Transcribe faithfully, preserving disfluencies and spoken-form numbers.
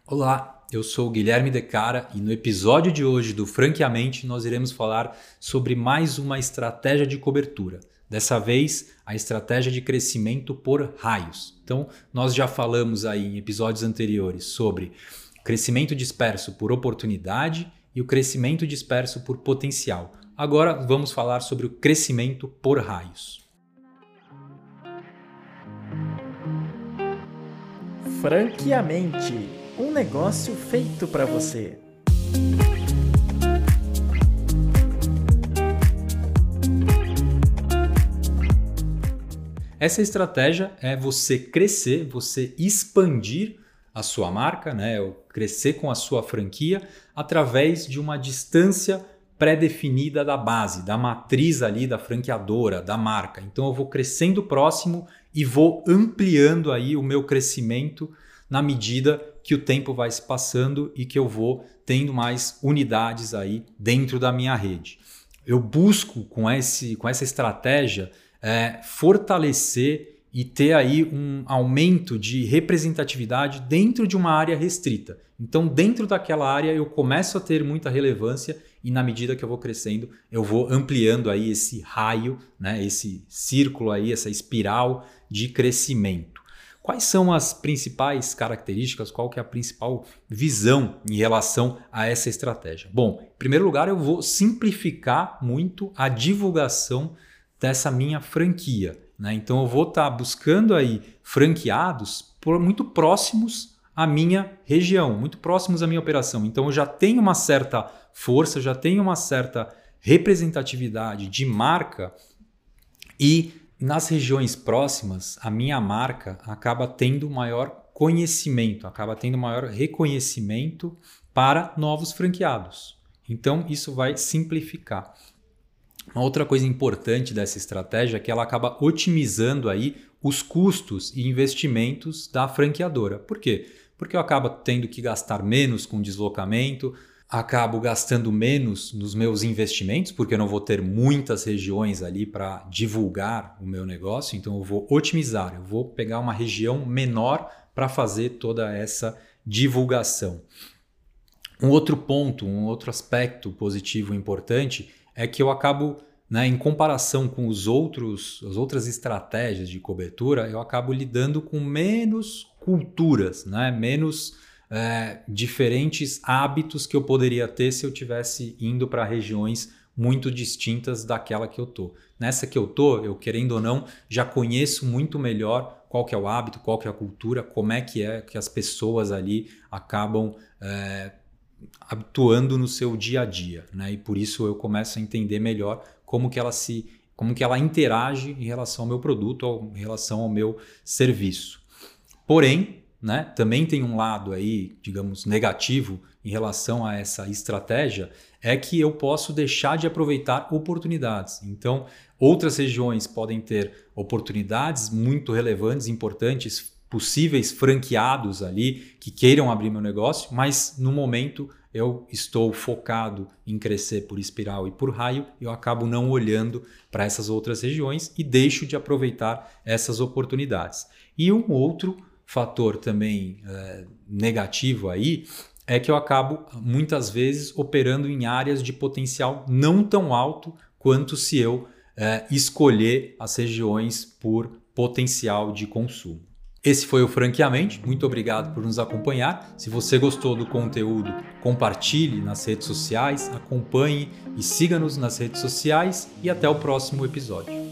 Olá, eu sou o Guilherme De Cara e no episódio de hoje do Franqueamente nós iremos falar sobre mais uma estratégia de cobertura. Dessa vez, a estratégia de crescimento por raios. Então, nós já falamos aí em episódios anteriores sobre crescimento disperso por oportunidade e o crescimento disperso por potencial. Agora vamos falar sobre o crescimento por raios. Franqueamente, um negócio feito para você. Essa estratégia é você crescer, você expandir a sua marca, né? Crescer com a sua franquia através de uma distância pré-definida da base, da matriz ali da franqueadora, da marca. Então eu vou crescendo próximo e vou ampliando aí o meu crescimento na medida que o tempo vai se passando e que eu vou tendo mais unidades aí dentro da minha rede. Eu busco com, esse, com essa estratégia é, fortalecer e ter aí um aumento de representatividade dentro de uma área restrita. Então, dentro daquela área, eu começo a ter muita relevância e na medida que eu vou crescendo, eu vou ampliando aí esse raio, né, esse círculo aí, essa espiral de crescimento. Quais são as principais características, qual que é a principal visão em relação a essa estratégia? Bom, em primeiro lugar, eu vou simplificar muito a divulgação dessa minha franquia, né? Então eu vou estar tá buscando aí franqueados por, muito próximos à minha região, muito próximos à minha operação. Então eu já tenho uma certa força, já tenho uma certa representatividade de marca e nas regiões próximas a minha marca acaba tendo maior conhecimento, acaba tendo maior reconhecimento para novos franqueados. Então isso vai simplificar. Uma outra coisa importante dessa estratégia é que ela acaba otimizando aí os custos e investimentos da franqueadora. Por quê? Porque eu acabo tendo que gastar menos com deslocamento, acabo gastando menos nos meus investimentos, porque eu não vou ter muitas regiões ali para divulgar o meu negócio, então eu vou otimizar, eu vou pegar uma região menor para fazer toda essa divulgação. Um outro ponto, um outro aspecto positivo importante é que eu acabo, né, em comparação com os outros, as outras estratégias de cobertura, eu acabo lidando com menos culturas, né, menos é, diferentes hábitos que eu poderia ter se eu tivesse indo para regiões muito distintas daquela que eu tô. Nessa que eu tô, eu querendo ou não, já conheço muito melhor qual que é o hábito, qual que é a cultura, como é que é que as pessoas ali acabam é, atuando no seu dia a dia, né? E por isso eu começo a entender melhor como que ela se, como que ela interage em relação ao meu produto ou em relação ao meu serviço. Porém, né, também tem um lado aí, digamos, negativo em relação a essa estratégia, é que eu posso deixar de aproveitar oportunidades. Então, outras regiões podem ter oportunidades muito relevantes, importantes, possíveis franqueados ali que queiram abrir meu negócio, mas no momento eu estou focado em crescer por espiral e por raio, eu acabo não olhando para essas outras regiões e deixo de aproveitar essas oportunidades. E um outro fator também é, negativo aí é que eu acabo muitas vezes operando em áreas de potencial não tão alto quanto se eu é, escolher as regiões por potencial de consumo. Esse foi o Franqueamente, muito obrigado por nos acompanhar. Se você gostou do conteúdo, compartilhe nas redes sociais, acompanhe e siga-nos nas redes sociais e até o próximo episódio.